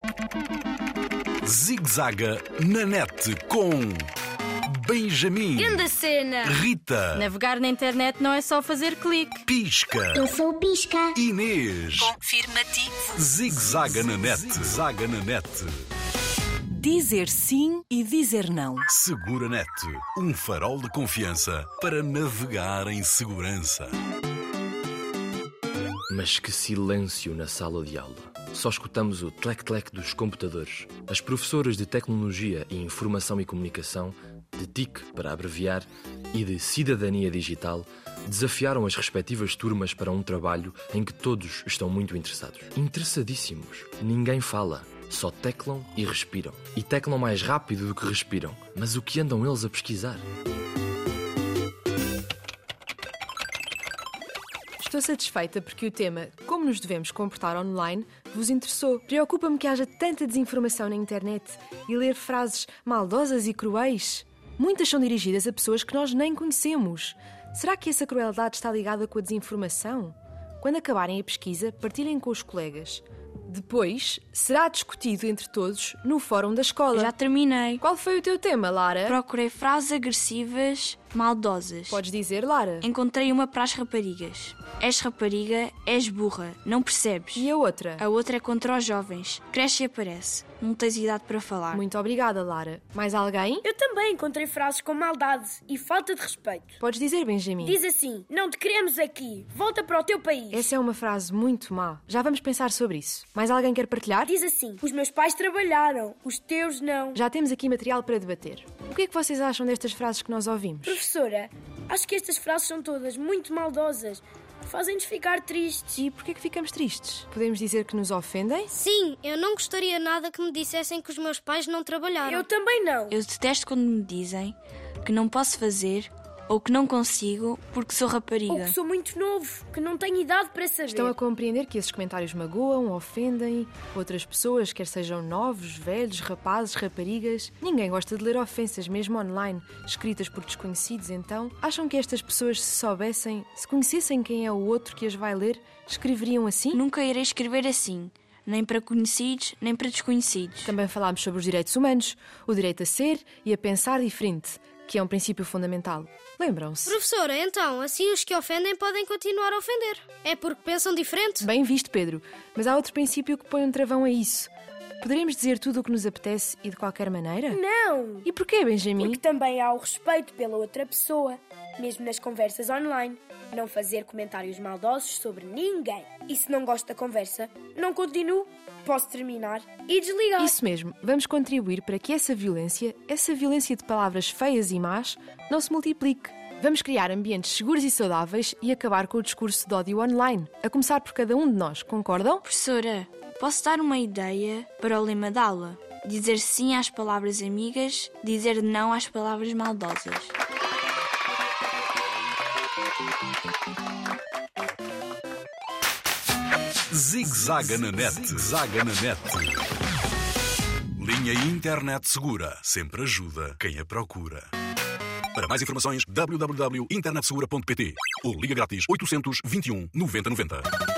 Zig-zaga na net com Benjamin, Grande cena! Rita, Navegar na internet não é só fazer clique. Pisca, Eu sou o Pisca. Inês. Confirmativo. Zig-zaga na net. Zaga na net. Dizer sim e dizer não. Segura Net, um farol de confiança para navegar em segurança. Mas que silêncio na sala de aula. Só escutamos o tlec-tlec dos computadores. As professoras de Tecnologia e Informação e Comunicação, de TIC para abreviar, e de Cidadania Digital, desafiaram as respectivas turmas para um trabalho em que todos estão muito interessados. Interessadíssimos. Ninguém fala. Só teclam e respiram. E teclam mais rápido do que respiram. Mas o que andam eles a pesquisar? Estou satisfeita porque o tema Como nos devemos comportar online vos interessou. Preocupa-me que haja tanta desinformação na internet e ler frases maldosas e cruéis. Muitas são dirigidas a pessoas que nós nem conhecemos. Será que essa crueldade está ligada com a desinformação? Quando acabarem a pesquisa, partilhem com os colegas. Depois, será discutido entre todos no fórum da escola. Já terminei. Qual foi o teu tema, Lara? Procurei frases agressivas, maldosas. Podes dizer, Lara. Encontrei uma para as raparigas. És rapariga, és burra, não percebes? E a outra? A outra é contra os jovens. Cresce e aparece. Não tens idade para falar. Muito obrigada, Lara. Mais alguém? Eu também encontrei frases com maldade e falta de respeito. Podes dizer, Benjamin. Diz assim: não te queremos aqui, volta para o teu país. Essa é uma frase muito má. Já vamos pensar sobre isso. Mais alguém quer partilhar? Diz assim: os meus pais trabalharam, os teus não. Já temos aqui material para debater. O que é que vocês acham destas frases que nós ouvimos? Professora, acho que estas frases são todas muito maldosas. Fazem-nos ficar tristes. E porquê que ficamos tristes? Podemos dizer que nos ofendem? Sim, eu não gostaria nada que me dissessem que os meus pais não trabalharam. Eu também não. Eu detesto quando me dizem que não posso fazer ou que não consigo porque sou rapariga. Ou que sou muito novo, que não tenho idade para saber. Estão a compreender que esses comentários magoam, ofendem outras pessoas, quer sejam novos, velhos, rapazes, raparigas. Ninguém gosta de ler ofensas, mesmo online, escritas por desconhecidos. Então, acham que estas pessoas, se soubessem, se conhecessem quem é o outro que as vai ler, escreveriam assim? Nunca irei escrever assim. Nem para conhecidos, nem para desconhecidos. Também falámos sobre os direitos humanos, o direito a ser e a pensar diferente, que é um princípio fundamental. Lembram-se? Professora, então, assim os que ofendem podem continuar a ofender. É porque pensam diferente? Bem visto, Pedro. Mas há outro princípio que põe um travão a isso. Poderemos dizer tudo o que nos apetece e de qualquer maneira? Não! E porquê, Benjamin? Porque também há o respeito pela outra pessoa, mesmo nas conversas online. Não fazer comentários maldosos sobre ninguém. E se não gosto da conversa, não continuo, posso terminar e desligar. Isso mesmo. Vamos contribuir para que essa violência de palavras feias e más, não se multiplique. Vamos criar ambientes seguros e saudáveis e acabar com o discurso de ódio online. A começar por cada um de nós, concordam? Professora, posso dar uma ideia para o lema da aula? Dizer sim às palavras amigas, dizer não às palavras maldosas. Zig-zaga na net. Zaga na net. Linha Internet Segura sempre ajuda quem a procura. Para mais informações, www.internetsegura.pt ou liga grátis 821 90 90.